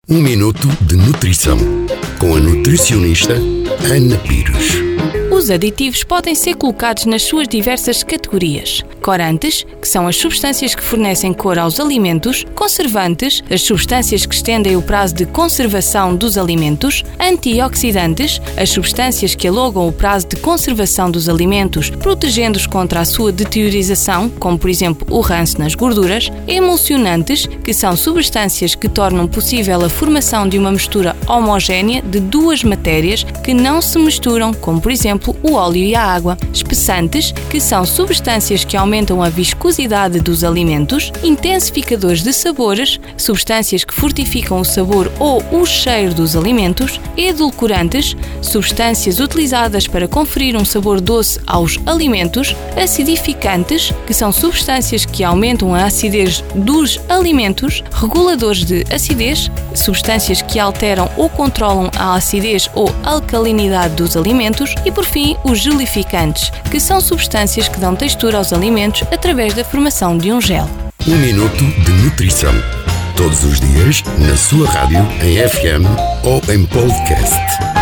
Um minuto de nutrição com a nutricionista Ana Pires. Os aditivos podem ser colocados nas suas diversas categorias. Corantes, que são as substâncias que fornecem cor aos alimentos. Conservantes, as substâncias que estendem o prazo de conservação dos alimentos. Antioxidantes, as substâncias que alongam o prazo de conservação dos alimentos, protegendo-os contra a sua deteriorização, como por exemplo o ranço nas gorduras. Emulsionantes, que são substâncias que tornam possível a formação de uma mistura homogénea de duas matérias que não se misturam, como por exemplo o óleo e a água. Espessantes, que são substâncias que aumentam a viscosidade dos alimentos. Intensificadores de sabores, substâncias que fortificam o sabor ou o cheiro dos alimentos. Edulcorantes, substâncias utilizadas para conferir um sabor doce aos alimentos. Acidificantes, que são substâncias que aumentam a acidez dos alimentos. Reguladores de acidez, substâncias que alteram ou controlam a acidez ou alcalinidade dos alimentos. E por fim, os gelificantes, que são substâncias que dão textura aos alimentos através da formação de um gel. Um minuto de nutrição. Todos os dias, na sua rádio, em FM ou em podcast.